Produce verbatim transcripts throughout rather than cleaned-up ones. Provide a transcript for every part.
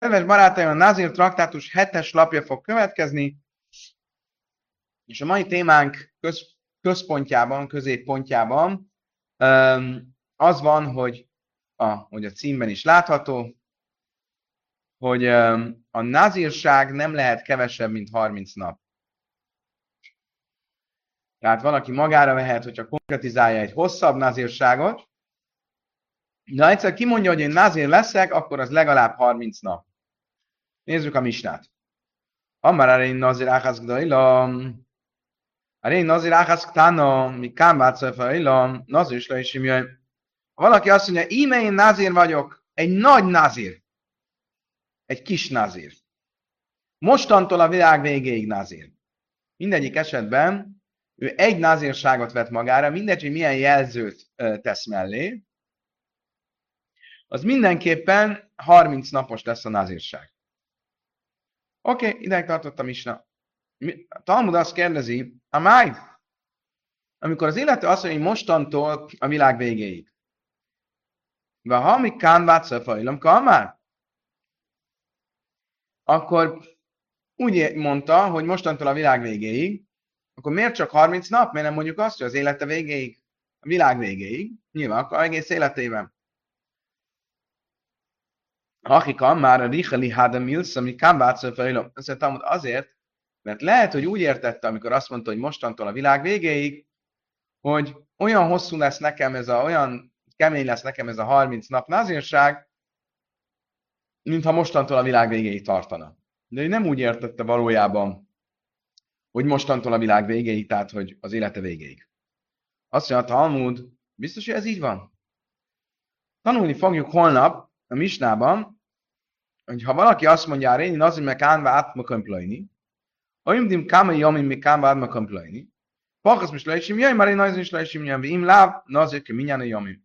Kedves barátaim, a Nazir traktátus hetes lapja fog következni, és a mai témánk köz, központjában, középpontjában um, az van, hogy a, hogy a címben is látható, hogy um, a nazírság nem lehet kevesebb, mint harminc nap. Tehát valaki magára vehet, hogyha konkretizálja egy hosszabb nazírságot, de ha egyszer kimondja, hogy én nazír leszek, akkor az legalább harminc nap. Nézzük a misnát. Amar arén nazir áhász gdailam, arén nazir áhász ktána, mi kámbáca fejlam, nazir is le is imjaj. Ha valaki azt mondja, íme én nazír vagyok, egy nagy nazír, egy kis nazír. Mostantól a világ végéig nazír. Mindegyik esetben ő egy nazírságot vett magára, mindegy, hogy milyen jelzőt tesz mellé, az mindenképpen harminc napos lesz a nazírság. Oké, okay, ideig tartott a misna. A Talmud azt kérdezi, amály, amikor az illető azt mondja, hogy mostantól a világ végéig. De ha mi kánvátszal fajlom, kamár, akkor úgy mondta, hogy mostantól a világ végéig, akkor miért csak harminc nap? Miért nem mondjuk azt, hogy az élete végéig, a világ végéig? Nyilván, akkor egész életében. Akika már a Richeli Hádam Milsz, ami Kámbácol fejlom. Azt mondtam, azért, mert lehet, hogy úgy értette, amikor azt mondta, hogy mostantól a világ végéig, hogy olyan hosszú lesz nekem ez a, olyan kemény lesz nekem ez a harminc nap nazírság, mintha mostantól a világ végéig tartana. De ő nem úgy értette valójában, hogy mostantól a világ végéig, tehát hogy az élete végéig. Azt mondja a Talmud, biztos, hogy ez így van? Tanulni fogjuk holnap a misnában, hogy ha valaki azt mondja, hogy én azért meg kánva átmakamplajni, olyimdim kámai jamim még kánva átmakamplajni, pakasz most lejsim, jaj, már én azért is lejsim, jaj, im láv, na azért kell minnyána jamim.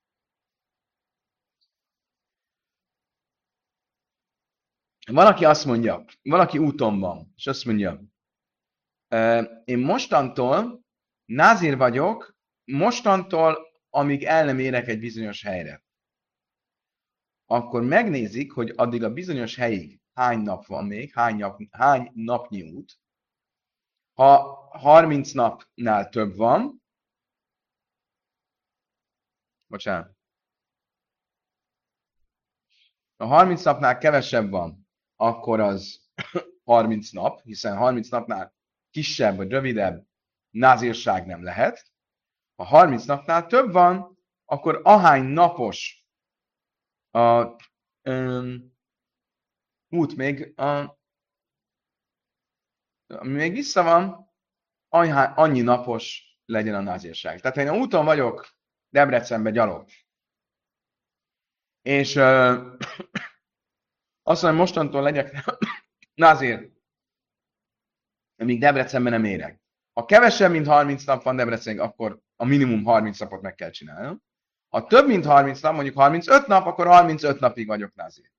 Valaki azt mondja, valaki úton van, és azt mondja, én mostantól názír vagyok, mostantól, amíg el nem érek egy bizonyos helyre. Akkor megnézik, hogy addig a bizonyos helyig hány nap van még, hány, nap, hány napnyi út. Ha harminc napnál több van, bocsánat, ha harminc napnál kevesebb van, akkor az harminc nap, hiszen harminc napnál kisebb vagy rövidebb názírság nem lehet. Ha harminc napnál több van, akkor ahány napos a um, út még, a, ami még vissza van, anyhá, annyi napos legyen a názírság. Tehát ha én a úton vagyok Debrecenbe gyalog, és uh, azt mondom, mostantól legyek názír, amíg Debrecenben nem érek. Ha kevesebb, mint harminc nap van Debrecenben, akkor a minimum harminc napot meg kell csinálnom. Ha több, mint harminc nap, mondjuk harmincöt nap, akkor harmincöt napig vagyok názír.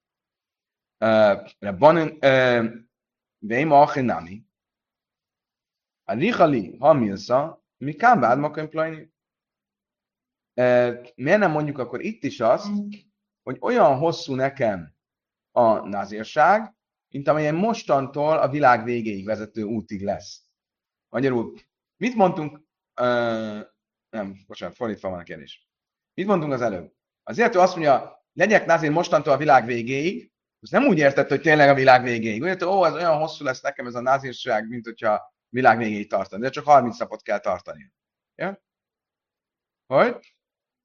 Rabbanon, Veima Achinami, a Richali Hamilsa, mi kámbád makömplajni. Miért nem mondjuk akkor itt is azt, hogy olyan hosszú nekem a názírság, mint amilyen mostantól a világ végéig vezető útig lesz. Magyarul, mit mondtunk, uh, nem, bocsánat, fordítva van a kérdés. Mit mondtunk az előbb? Az illető azt mondja, legyek názír mostantól a világ végéig, az nem úgy értett, hogy tényleg a világ végéig. Úgy értett, ó, ez olyan hosszú lesz nekem ez a názírság, mint hogyha világ végéig tartani. De csak harminc napot kell tartani. Ja? Hogy?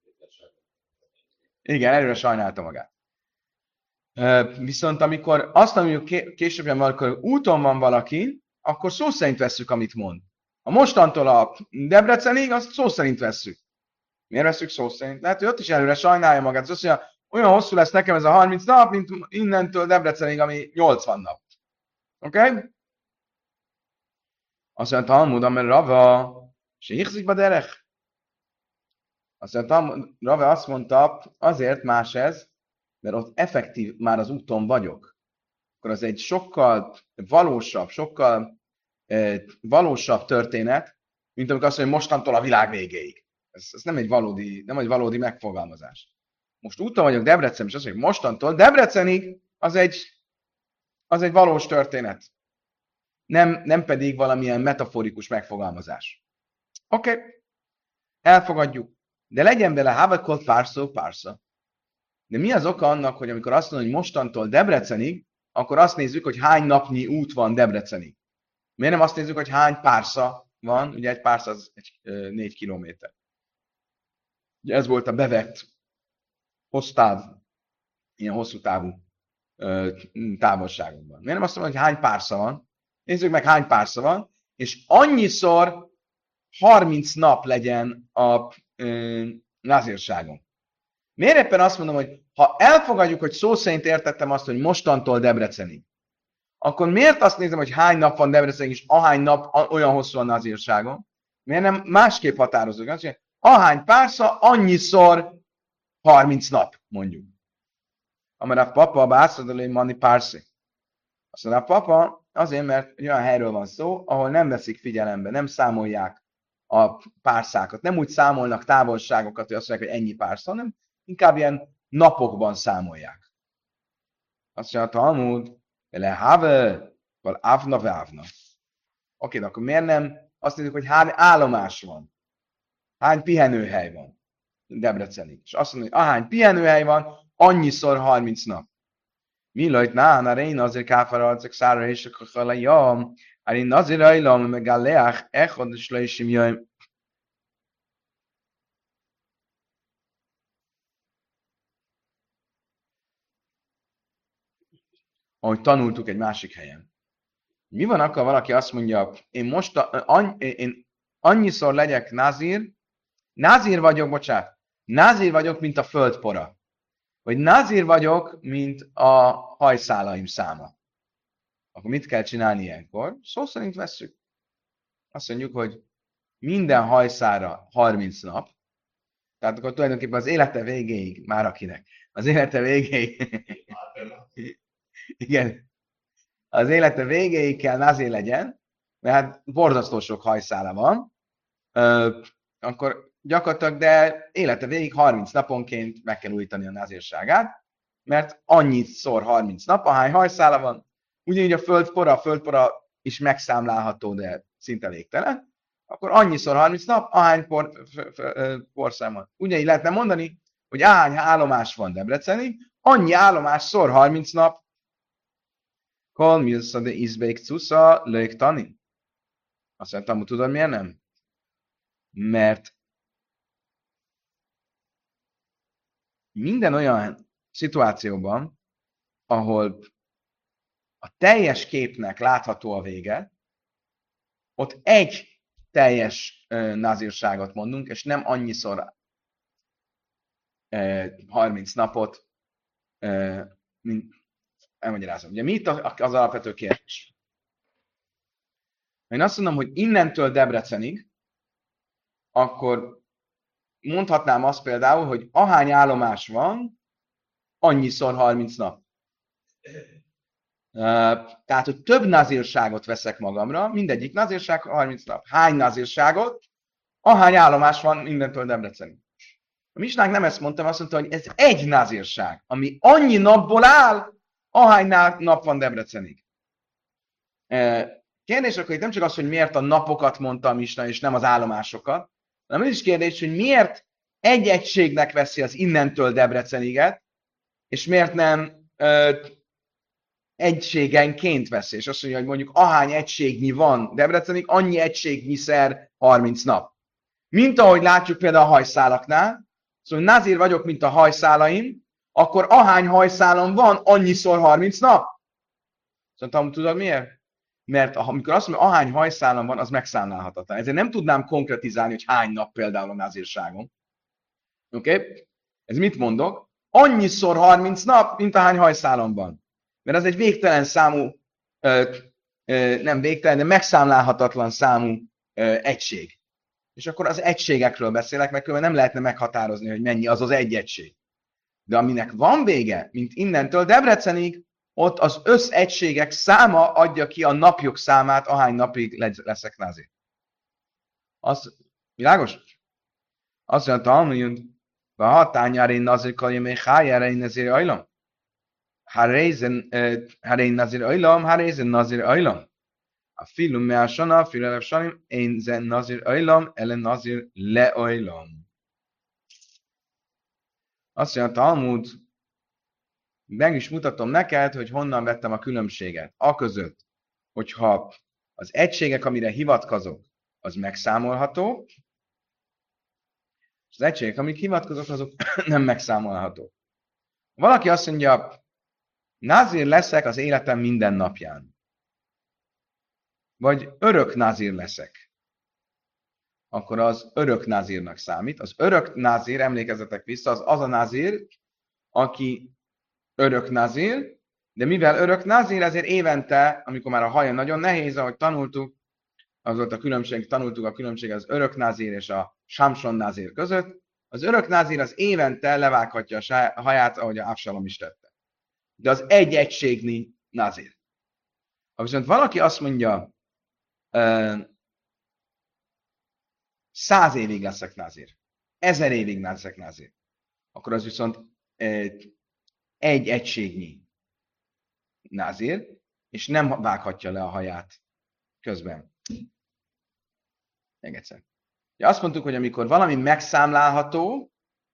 Igen, előre sajnálta magát. Viszont amikor azt mondjuk későbben valamikor úton van valaki, akkor szó szerint vesszük, amit mond. A mostantól a Debrecenig, azt szó szerint vesszük. Miért vesszük szó szerint? Lehet, hogy ott is előre sajnálja magát. Az azt mondja, olyan hosszú lesz nekem ez a harminc nap, mint innentől Debrecenig, ami nyolcvan nap. Oké? Okay? Azt mondja, Talmud, amely Rava, se hígszik be derech. Azt mondja, Rava azt mondta, azért más ez, mert ott effektív már az úton vagyok. Akkor az egy sokkal valósabb, sokkal eh, valósabb történet, mint amikor azt mondja, hogy mostantól a világ végéig. Ez, ez nem egy valódi, nem egy valódi megfogalmazás. Most úton vagyok Debrecenben, és azt mondja, hogy mostantól Debrecenig, az egy, az egy valós történet. Nem, nem pedig valamilyen metaforikus megfogalmazás. Oké, okay. Elfogadjuk. De legyen bele Havakot párszó párszó. De mi az oka annak, hogy amikor azt mondom, hogy mostantól Debrecenig, akkor azt nézzük, hogy hány napnyi út van Debrecenig. Miért nem azt nézzük, hogy hány pársza van? Ugye egy pársz az egy, ö, négy kilométer. Ugye ez volt a bevett hossztáv, ilyen hosszú távú ö, távolságokban. Miért nem azt mondom, hogy hány pársza van? Nézzük meg, hány pársza van, és annyiszor harminc nap legyen a ö, názírságon. Miért éppen azt mondom, hogy ha elfogadjuk, hogy szó szerint értettem azt, hogy mostantól Debrecenig, akkor miért azt nézem, hogy hány nap van Debrecenig, és ahány nap olyan hosszú a nazírságon? Miért nem másképp határozunk? Azt mondja, ahány pársza, annyiszor harminc nap, mondjuk. Amire a papa bászadolé mani párszi. Azt mondja, a papa azért, mert olyan helyről van szó, ahol nem veszik figyelembe, nem számolják a párszákat. Nem úgy számolnak távolságokat, hogy azt mondják, hogy ennyi pársza, hanem inkább ilyen napokban számolják. Azt mondja, a Talmud, le have, vagy ávna ve ávna. Oké, de akkor miért nem azt nézzük, hogy hány állomás van? Hány pihenőhely van Debrecenig? És azt mondja, hogy ahány pihenőhely van, annyiszor harminc nap. Mi lajt nán, a rein azért káfára arcok szára és a kachala, ja, a rein azért ajlom, meg a leach, echod, és le is jöjjön. Ahogy tanultuk egy másik helyen. Mi van akkor, valaki azt mondja, én most a, an, én annyiszor legyek nazír, nazír vagyok, bocsánat, nazír vagyok, mint a földpora. Vagy nazír vagyok, mint a hajszálaim száma. Akkor mit kell csinálni ilyenkor? Szó szerint vesszük. Azt mondjuk, hogy minden hajszára harminc nap, tehát akkor tulajdonképpen az élete végéig, már akinek, az élete végéig, igen, az élete végéig kell nazír legyen, mert hát borzasztó sok hajszála van, ö, akkor gyakorlatilag, de élete végig harminc naponként meg kell újítani a nazírságát, mert annyiszor harminc nap, ahány hajszála van, ugyanígy a földpora, a földpora is megszámlálható, de szinte végtelen, akkor annyiszor harminc nap, ahány por, porszám van. Ugyanígy lehetne mondani, hogy ahány állomás van Debrecenig, annyi állomás szor harminc nap. Kol milsza de izbék cusza lők tani. Azt mondtam, hogy tudod miért nem? Mert minden olyan szituációban, ahol a teljes képnek látható a vége, ott egy teljes uh, nazírságot mondunk, és nem annyiszor uh, harminc napot, uh, mint elmagyarázom. Ugye mi itt az alapvető kérdés? Ha én azt mondom, hogy innentől Debrecenig, akkor mondhatnám azt például, hogy ahány állomás van, annyiszor harminc nap. Tehát, hogy több nazírságot veszek magamra, mindegyik nazírság harminc nap. Hány nazírságot? Ahány állomás van mindentől Debrecenig. A misnák nem ezt mondtam, azt mondta, hogy ez egy nazírság, ami annyi napból áll, ahány nap van Debrecenig. Kérdés akkor itt nem csak az, hogy miért a napokat mondta a misna, és nem az állomásokat, hanem ez is kérdés, hogy miért egy egységnek veszi az innentől Debreceniget, és miért nem ö, egységenként veszi. És azt mondja, hogy mondjuk ahány egységnyi van Debrecenig, annyi egységnyiszer harminc nap. Mint ahogy látjuk például a hajszálaknál, szóval nazír vagyok, mint a hajszálaim, akkor ahány hajszálon van, annyiszor harminc nap. Szóval tudod miért? Mert amikor azt mondom, ahány hajszálam van, az megszámlálhatatlan. Ezért nem tudnám konkretizálni, hogy hány nap például a nazírságon. Oké? Okay? Ez mit mondok? Annyiszor harminc nap, mint ahány hajszálom van. Mert az egy végtelen számú, ö, ö, nem végtelen, de megszámlálhatatlan számú ö, egység. És akkor az egységekről beszélek, mert különben nem lehetne meghatározni, hogy mennyi az az egy egység. De aminek van vége, mint innentől Debrecenig, ott az összegységek száma adja ki a napjuk számát, ahány napig leszek nazír. Az világos? Azt mondja, hogy a hatányára én nazír kaljam, én hájára én ezért ajlom. Harézen nazir ajlam, harézen nazir ajlam. A filum me a sana, filelef sanim, én zen nazir ajlam, ellen nazir le ajlam. Azt mondja, a Talmud, meg is mutatom neked, hogy honnan vettem a különbséget. A között, hogyha az egységek, amire hivatkozok, az megszámolható, és az egységek, amik hivatkozok, azok nem megszámolhatók. Valaki azt mondja, názír leszek az életem minden napján. Vagy örök názír leszek. Akkor az örök názírnak számít. Az örök názír, emlékezzetek vissza, az az a názír, aki örök názír, de mivel örök názír, ezért évente, amikor már a haja nagyon nehéz, ahogy tanultuk, az volt a különbség, tanultuk a különbség az örök názír és a Samson názír között. Az örök názír az évente levághatja a haját, ahogy a Absalom is tette. De az egy egységnyi názír. Ha viszont valaki azt mondja, száz évig leszek názír, ezer évig leszek názír, akkor az viszont egy egységnyi názír, és nem vághatja le a haját közben. Még egyszer. Ja, azt mondtuk, hogy amikor valami megszámlálható,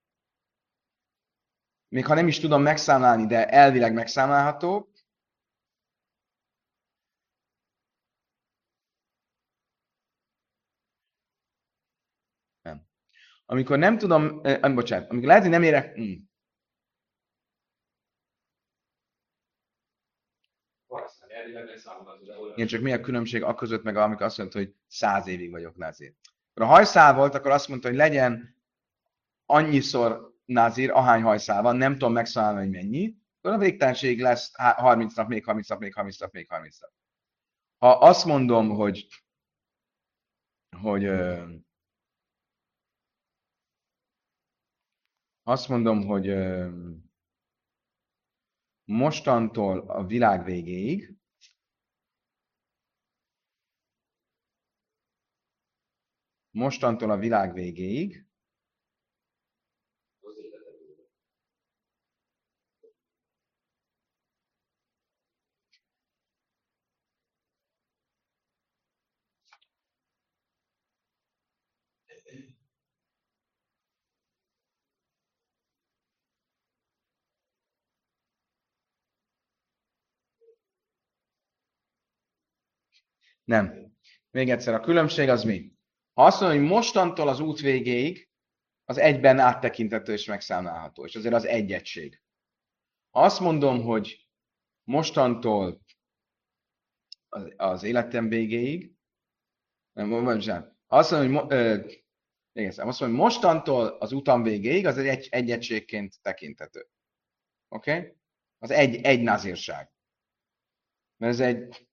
még ha nem is tudom megszámlálni, de elvileg megszámlálható, nem. Amikor nem tudom, eh, bocsánat, amikor lehet, hogy nem érek, hm. Igen, csak mi a különbség a között, meg amikor azt mondta, hogy száz évig vagyok názír. Ha hajszál volt, akkor azt mondta, hogy legyen annyiszor názír, ahány hajszál van, nem tudom megszámolni, hogy mennyi, akkor a végtelenség lesz harminc nap, még harminc nap, még harminc nap, még harminc nap. Ha azt mondom, hogy, hogy azt mondom, hogy mostantól a világ végéig, mostantól a világ végéig, nem. Még egyszer, a különbség az mi? Ha azt mondom, hogy mostantól az út végéig, az egyben áttekintető és megszámlálható, és azért az egy egység. Ha azt mondom, hogy mostantól az, az életem végéig, nem, bocsánat, ha azt mondom, hogy, ö, még egyszer, azt mondom, hogy mostantól az utam végéig, az egy, egy egységként tekintető. Oké? Okay? Az egy, egy nazírság. Mert ez egy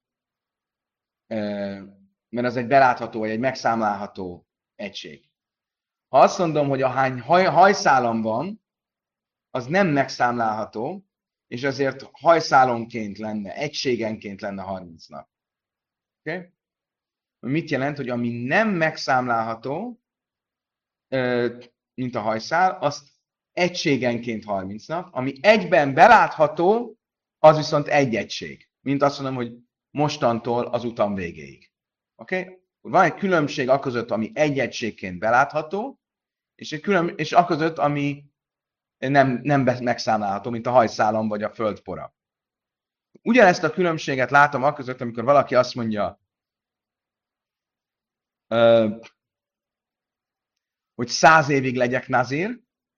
mert az egy belátható, vagy egy megszámlálható egység. Ha azt mondom, hogy ahány haj, hajszálam van, az nem megszámlálható, és azért hajszálonként lenne, egységenként lenne harminc nap. Oké? Okay? Mit jelent, hogy ami nem megszámlálható, mint a hajszál, azt egységenként harminc nap, ami egyben belátható, az viszont egy egység. Mint azt mondom, hogy mostantól az utam végéig. Oké? Okay? Van egy különbség a között, ami egy egységként belátható, és, egy külön, és a között, ami nem, nem megszámlálható, mint a hajszálam vagy a földpora. Ugyanezt a különbséget látom a között, amikor valaki azt mondja, hogy száz évig legyek nazír,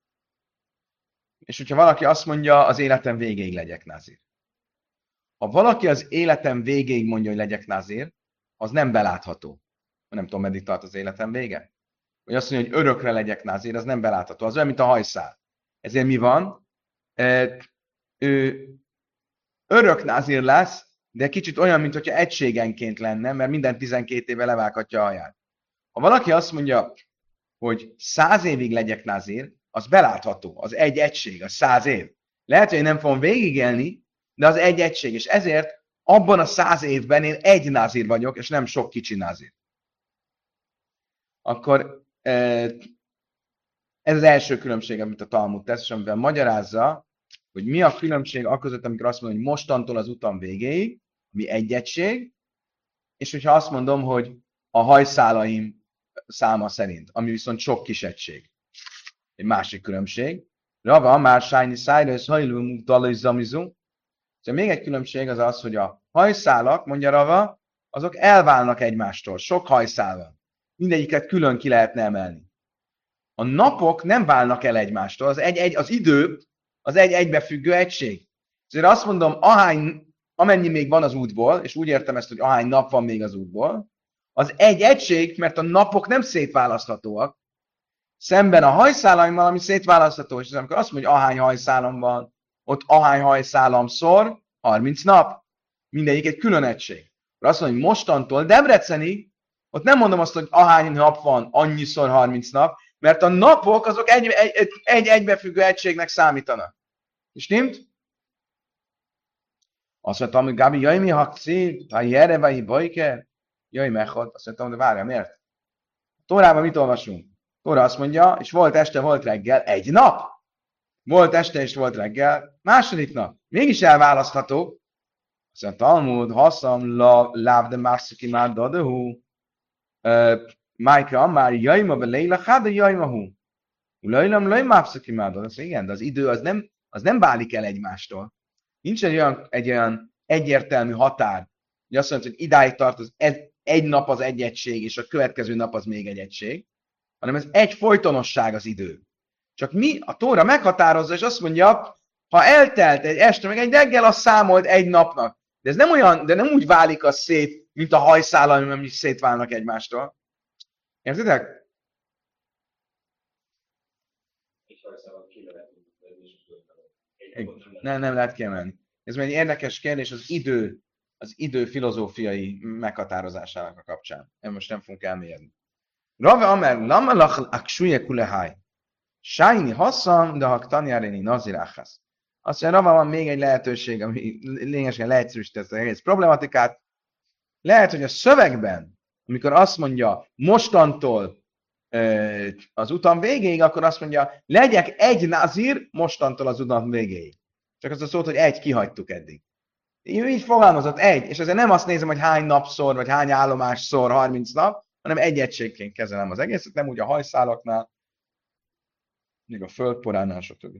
és hogyha valaki azt mondja, az életem végéig legyek nazír. Ha valaki az életem végéig mondja, hogy legyek nazír, az nem belátható. Nem tudom, meddig tart az életem vége. Vagy azt mondja, hogy örökre legyek nazír, az nem belátható. Az olyan, mint a hajszál. Ezért mi van? E, ő örök nazír lesz, de kicsit olyan, mint hogyha egységenként lenne, mert minden tizenkét éve levághatja a haját. Ha valaki azt mondja, hogy száz évig legyek nazír, az belátható. Az egy egység, az száz év. Lehet, hogy nem fogom végigélni, de az egy egység, és ezért abban a száz évben én egy názír vagyok, és nem sok kicsi názír. Akkor ez az első különbség, amit a Talmud tesz, és amivel magyarázza hogy mi a különbség a között, amikor azt mondom, hogy mostantól az utam végéig, ami egy egység, és hogyha azt mondom, hogy a hajszálaim száma szerint, ami viszont sok kis egység. Egy másik különbség. Rava már sájni szájrősz hajlú dalajzamizu. Szóval még egy különbség az az, hogy a hajszálak, mondja Rava, azok elválnak egymástól. Sok hajszál van. Mindegyiket külön ki lehetne emelni. A napok nem válnak el egymástól. Az, egy, egy, az idő az egy egybefüggő egység. Ezért azt mondom, ahány, amennyi még van az útból, és úgy értem ezt, hogy ahány nap van még az útból, az egy egység, mert a napok nem szétválaszthatóak, szemben a hajszálaimmal, ami szétválasztható, és amikor azt mondja, hogy ahány hajszálam van, ott ahány hajszálam szor, harminc nap. Mindegyik egy külön egység. Azt mondja, hogy mostantól Debrecenig, ott nem mondom azt, hogy ahány nap van, annyiszor harminc nap, mert a napok azok egy, egy, egy egybefüggő egységnek számítanak. És nimt? Azt mondtam, hogy Gabi, jaj, mi hakci, ha jere vagy bajke, jaj, mechod. Azt mondtam, de várja, miért? A Tórában mit olvasunk? Tóra azt mondja, és volt este, volt reggel, egy nap. Volt este, és volt reggel, második nap. Mégis elválasztható. Azt mondja, Talmud, haszam, láv de mászaki már dadehu, Májka, már jajma be leila, háda jajma hú. Ulajlam, laj mászaki már dadehu. Igen, de az idő az nem, az nem válik el egymástól. Nincs egy olyan, egy olyan egyértelmű határ, hogy azt mondja, hogy idáig tart az egy, egy nap az egy egység, és a következő nap az még egy egység, hanem ez egy folytonosság az idő. Csak mi, a Tóra meghatározza, és azt mondja, ha eltelt egy este, meg egy reggel, az számolt egy napnak. De ez nem olyan, de nem úgy válik az szét, mint a hajszállam, ami szétválnak egymástól. Értitek? Nem, nem lehet kiemelni. Ez egy érdekes kérdés az idő, az idő filozófiai meghatározásának a kapcsán. Én most nem fogunk elmérni. Rave Amer, lama lach aksúje kulehaj. Sájni hasszam, de ha tanjáréni naziráhász. Azt mondja, Rava, van még egy lehetőség, ami lényegesen leegyszerűsíti ezt az egész problematikát. Lehet, hogy a szövegben, amikor azt mondja, mostantól az utam végéig, akkor azt mondja, legyek egy nazír mostantól az utam végéig. Csak az a szót, hogy egy kihagytuk eddig. Így fogalmazott egy, és ezért nem azt nézem, hogy hány napszor, vagy hány állomásszor harminc nap, hanem egy egységként kezelem az egészet, nem úgy a hajszálaknál, még a földporánál, stb.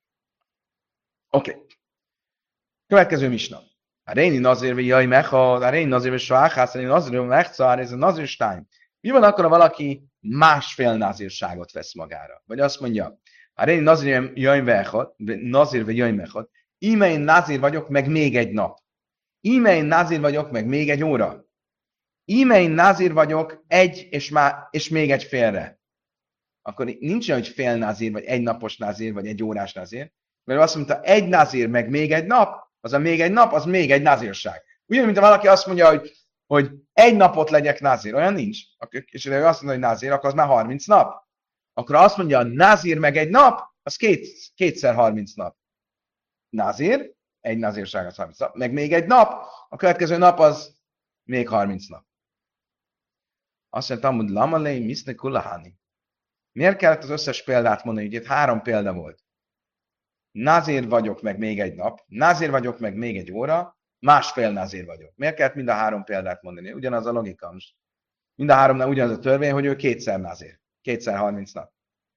Oké. Okay. Következő misna. A réni nazírve jaj mechad, a réni nazírve soáhász, a réni nazírve mechcar, ez a nazírstein. Mi van akkor, ha valaki másfél nazírságot vesz magára? Vagy azt mondja, a réni nazírve jaj mechad, nazírve jaj mechad, íme én nazír vagyok, meg még egy nap. Íme én nazír vagyok, meg még egy óra. Íme én nazír vagyok, egy és, má, és még egy félre. Akkor nincs olyan, hogy fél nazír, vagy egy napos nazír, vagy egy órás nazír. Mert azt mondta, egy nazír, meg még egy nap, az a még egy nap, az még egy nazírság. Ugyanúgy, mint ha valaki azt mondja, hogy, hogy egy napot legyek nazír, olyan nincs. És ha azt mondja, hogy nazír, akkor az már harminc nap. Akkor azt mondja, nazír meg egy nap, az két, kétszer harminc nap. Nazír, egy nazírság az harminc nap, meg még egy nap, a következő nap az még harminc nap. Azt mondta, hogy lamalei miszne kulahani. Miért kellett az összes példát mondani? Ugye itt három példa volt. Nazír vagyok, meg még egy nap. Nazír vagyok, meg még egy óra. Másfél nazír vagyok. Miért kellett mind a három példát mondani? Ugyanaz a logika most. Mind a háromnál ugyanaz a törvény, hogy ő kétszer nazír. Kétszer harminc nap.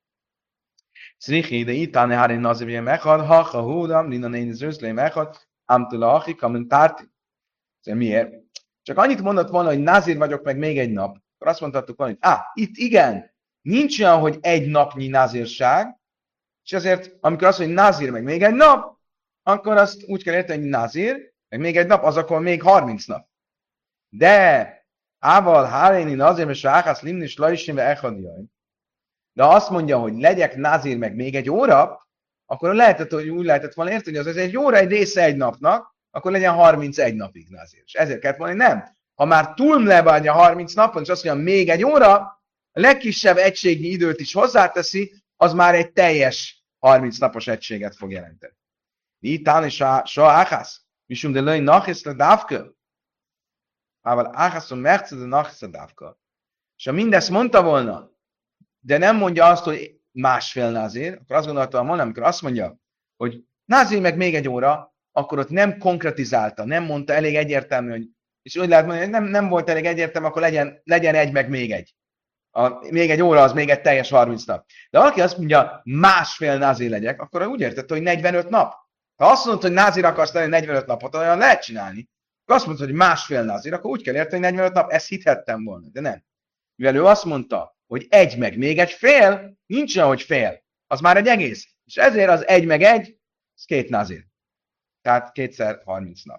Szrichi, de itt állni hárin nazír, hogy meghad, ha, ha, húdam, linna néni zőszlé meghad, amtula, achi, kamen tárti. Miért? Csak annyit mondott volna, hogy nazír vagyok, meg még egy nap. Akkor azt mondhattuk volna, hogy ah, itt igen, nincs olyan, hogy egy napnyi nazírság, és azért, amikor azt mondja, hogy nazír meg még egy nap, akkor azt úgy kell érteni, hogy nazír, meg még egy nap, az akkor még harminc nap. De, ával háréni nazír, és áhász limni, és lajsim, echadjaj. De azt mondja, hogy legyek nazír meg még egy óra, akkor lehetett, hogy úgy lehetett volna érteni, hogy az egy óra egy része egy napnak, akkor legyen harmincegy napig nazír. És ezért kellett mondani, nem. Ha már túl levágja harminc napon, és azt mondja, még egy óra, a legkisebb egységnyi időt is hozzáteszi, az már egy teljes harminc napos egységet fog jelenteni. Itán és a áhász, misum de löj nachisz le dávka. Ával áhászon merce de nachisz le dávka. És ha mindezt mondta volna, de nem mondja azt, hogy másfél nazír, akkor azt gondoltam volna, amikor azt mondja, hogy Názir meg még egy óra, akkor ott nem konkretizálta, nem mondta elég egyértelmű, hogy, és úgy lehet mondani, hogy nem, nem volt elég egyértelmű, akkor legyen, legyen egy, meg még egy. A, még egy óra az még egy teljes harminc nap. De valaki azt mondja, másfél názir legyek, akkor úgy értette, hogy negyvenöt nap. Ha azt mondod, hogy názir akarsz lenni negyvenöt napot, olyan lehet csinálni. Ha azt mondod, hogy másfél názir, akkor úgy kell érteni, hogy negyvenöt nap, ezt hithettem volna, de nem. Mivel ő azt mondta, hogy egy meg még egy fél, nincs olyan, hogy fél. Az már egy egész. És ezért az egy meg egy, az két názir. Tehát kétszer harminc nap.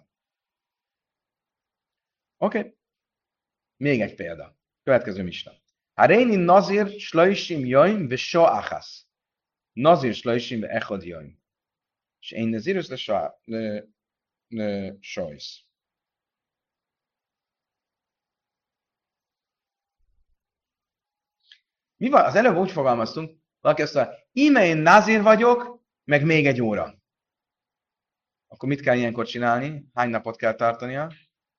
Oké. Okay. Még egy példa. Következő misna. Haréni nazir slajsim joim ve so achas. Nazir slajsim ve echad joim. És én nazirus le sojsz. Mi van? Az előbb úgy fogalmaztunk, valaki azt mondja, íme én nazir vagyok, meg még egy óra. Akkor mit kell ilyenkor csinálni? Hány napot kell tartania?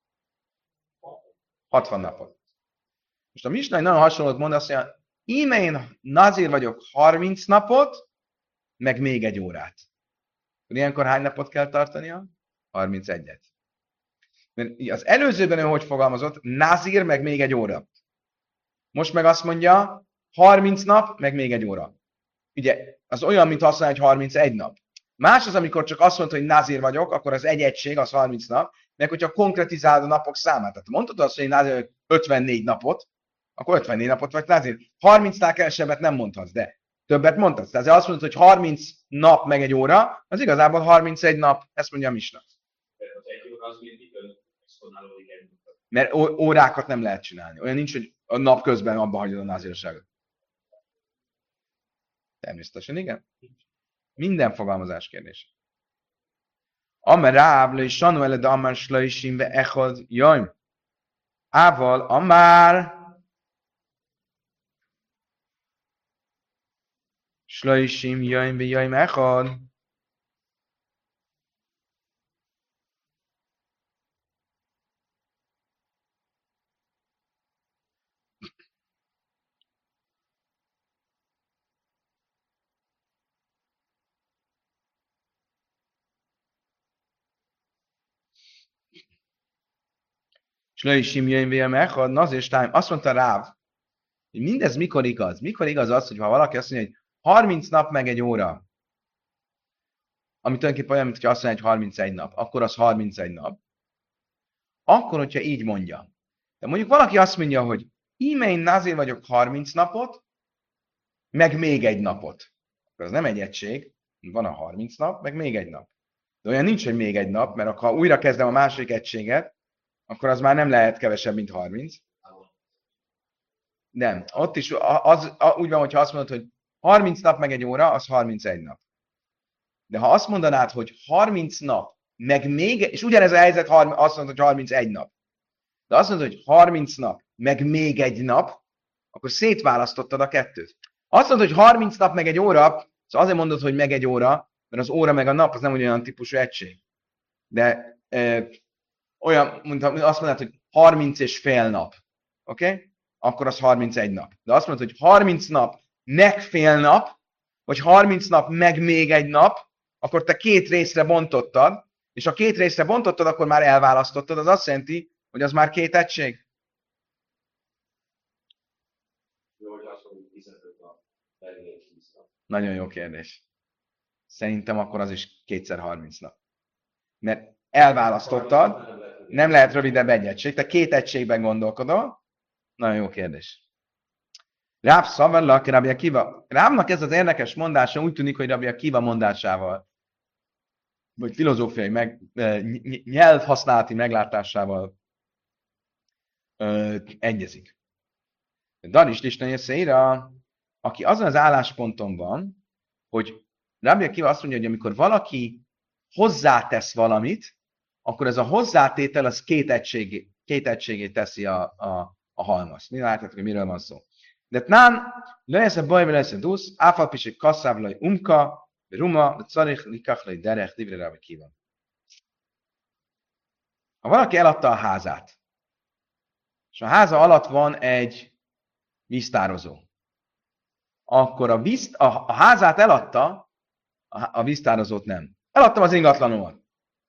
hatvan napot. Most a misna nagyon hasonlót mond, azt mondja, íme én nazir vagyok harminc napot, meg még egy órát. Ilyenkor hány napot kell tartania? harmincegyet. Mert az előzőben ő hogy fogalmazott? Nazir, meg még egy óra. Most meg azt mondja, harminc nap, meg még egy óra. Ugye, az olyan, mint azt mondja, hogy harmincegy nap. Más az, amikor csak azt mondta, hogy nazir vagyok, akkor az egy egység, az harminc nap, meg hogyha konkretizálod a napok számát. Tehát mondtad azt, hogy nazir vagyok ötvennégy napot, akkor ötvennégy napot vagy nazir. harmincnál kevesebbet nem mondhatsz, de többet mondhatsz. Tehát azt mondod, hogy harminc nap, meg egy óra, az igazából harmincegy nap, ezt mondja a misna. Mert órákat nem lehet csinálni. Olyan nincs, hogy a nap közben abba hagyod a názírságot. Természetesen igen. Minden fogalmazás kérdés. Amer ráv le sanu ele de amár slaisim ve echad jaim. Ával amár slaisim jaim ve jaim echad. Slaisim jaim ve jaim echad. Nazir stáim. Azt mondta Ráv, hogy mindez mikor igaz? Mikor igaz az, hogy ha valaki azt mondja, hogy harminc nap meg egy óra, ami tulajdonképpen olyan, mint hogy azt mondja, hogy harmincegy nap, akkor az harmincegy nap. Akkor, hogyha így mondja. De mondjuk valaki azt mondja, hogy íme én nazir vagyok harminc napot, meg még egy napot. Akkor az nem egy egység, van a harminc nap, meg még egy nap. De olyan nincs, hogy még egy nap, mert ha újra kezdem a második egységet, akkor az már nem lehet kevesebb, mint harminc. Nem. Ott is az, az, úgy van, hogyha azt mondod, hogy harminc nap meg egy óra, az harmincegy nap. De ha azt mondanád, hogy harminc nap, meg még, és ugyanez a helyzet, azt mondod, hogy harmincegy nap. De azt mondod, hogy harminc nap, meg még egy nap, akkor szétválasztottad a kettőt. Azt mondod, hogy harminc nap, meg egy óra, szóval azért mondod, hogy meg egy óra, mert az óra meg a nap az nem olyan típusú egység. De e, olyan, mint azt mondod, hogy harminc és fél nap. Oké? Okay? Akkor az harmincegy nap. De azt mondod, hogy harminc nap, meg fél nap, vagy harminc nap, meg még egy nap, akkor te két részre bontottad, és ha két részre bontottad, akkor már elválasztottad, az azt jelenti, hogy az már két egység. Jó, hogy azt mondjuk tizenöt nap, tíz nap. Nagyon jó kérdés. Szerintem akkor az is kétszer harminc nap. Mert elválasztottad, nem lehet rövidebb egy egység, te két egységben gondolkodol. Nagyon jó kérdés. Ráv szavallak, Rabbi Akiva. Rávnak ez az érdekes mondása úgy tűnik, hogy Rabbi Akiva mondásával, vagy filozófiai, meg, nyelvhasználati meglátásával ö, egyezik. Daris Lisna Jösszeira, aki azon az állásponton van, hogy Rabbi Akiva azt mondja, hogy amikor valaki hozzátesz valamit, akkor ez a hozzátétel az két, egység, két egységét teszi a, a, a halmaz. Mi látjátok, hogy miről van szó? De tnán, lesz baj, lesz dusz, áfal pisik kasszávlaj umka, ruma, de carich, likachlaj derech, livre Rabbi Akiva. Ha valaki eladta a házát, és a háza alatt van egy víztározó, akkor a, víz, a, a házát eladta, a, a víztározót nem. Eladtam az ingatlanomat.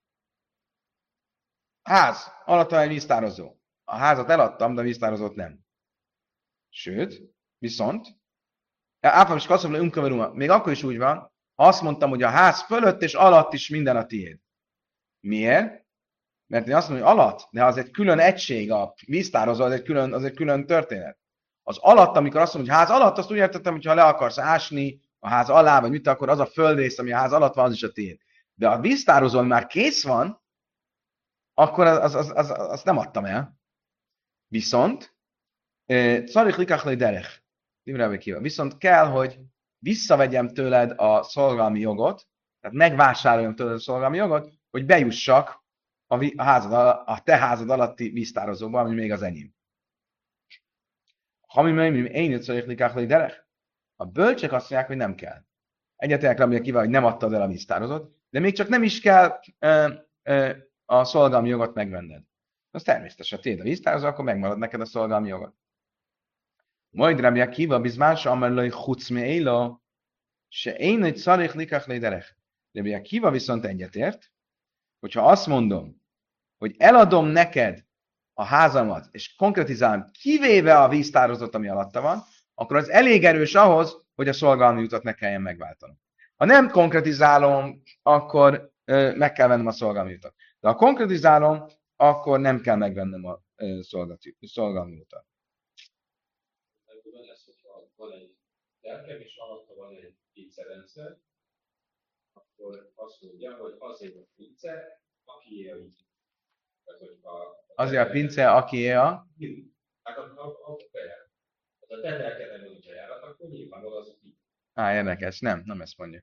Ház, alattam egy víztározó. A házat eladtam, de a víztározót nem. Sőt, viszont, áfam is kaszom le unkaveruma. Még akkor is úgy van, ha azt mondtam, hogy a ház fölött és alatt is minden a tiéd. Miért? Mert én azt mondom, hogy alatt, de az egy külön egység, a víztározó az egy külön, az egy külön történet. Az alatt, amikor azt mondom, hogy ház alatt, azt úgy értettem, hogy ha le akarsz ásni a ház alá, vagy mit, akkor az a földrész, ami a ház alatt van, az is a tiéd. De a víztározó, ami már kész van, akkor az, az, az, az, azt nem adtam el. Viszont, szarich likachlai derech, viszont kell, hogy visszavegyem tőled a szolgálmi jogot, tehát megvásároljam tőled a szolgálmi jogot, hogy bejussak a, vi- a, házad, a te házad alatti víztározóba, ami még az enyém. Ha mi mondjuk, én jött szarich likachlai derech, a bölcsek azt mondják, hogy nem kell. Egyetlenek Rabbi Akiva, hogy nem adtad el a víztározót, de még csak nem is kell ö, ö, a szolgálmi jogot megvenned. Az természetesen, ha tiéd a víztározó, akkor megmarad neked a szolgálmi jogot. Majd Rabbi Akiva, bizmás, amelői chucmi éla, se én egy szarich likachlai derech. Rabbi Akiva viszont egyetért, hogyha azt mondom, hogy eladom neked a házamat, és konkretizálom, kivéve a víztározót, ami alatta van, akkor az elég erős ahhoz, hogy a szolgálmi utat ne kelljen megváltanom. Ha nem konkretizálom, akkor ö, meg kell vennem a szolgálmi utat. De ha konkretizálom, akkor nem kell megvennem a ö, szolgálmi utat. Akkor lesz, hogyha van egy lelkem, és alatta van egy pincerendszer, akkor azt mondja, hogy azért a pince, akié a víz. Azért a pince, akié a... Hát a, a, a bejár. Az a tendelkedem, hogy bejárat, akkor nyilván az a pince. Á, érdekes. Nem, nem ezt mondja.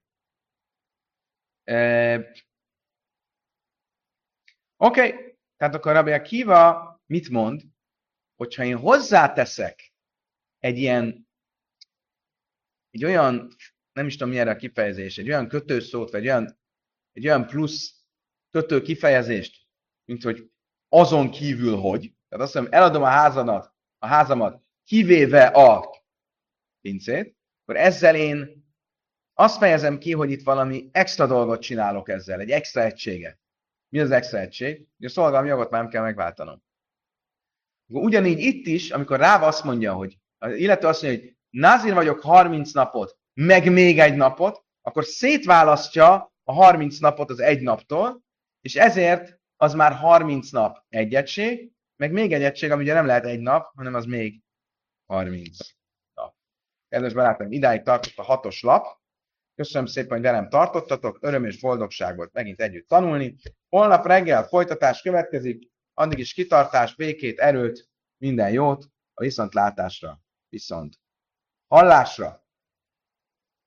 E... Oké, okay. Tehát akkor Rabbi Akiva mit mond? Hogyha én hozzáteszek egy ilyen, egy olyan, nem is tudom mi erre a kifejezés, egy olyan kötőszót, vagy olyan, egy olyan plusz kötő kifejezést, mint hogy azon kívül hogy. Tehát azt mondom, eladom a házamat, a házamat, kivéve a pincét, akkor ezzel én azt fejezem ki, hogy itt valami extra dolgot csinálok ezzel, egy extra egységet. Mi az extra egység? Hogy a szolgálmi jogot már nem kell megváltanom. Ugyanígy itt is, amikor Ráv azt mondja, hogy illetve azt mondja, hogy nazir vagyok harminc napot, meg még egy napot, akkor szétválasztja a harminc napot az egy naptól, és ezért az már harminc nap egy egység, meg még egy egység, ami ugye nem lehet egy nap, hanem az még harminc nap. Kedves barátaim, idáig tartott a hatos lap. Köszönöm szépen, hogy velem tartottatok. Öröm és boldogság volt megint együtt tanulni. Holnap reggel folytatás következik. Addig is kitartás, békét, erőt, minden jót, a viszontlátásra, viszont hallásra.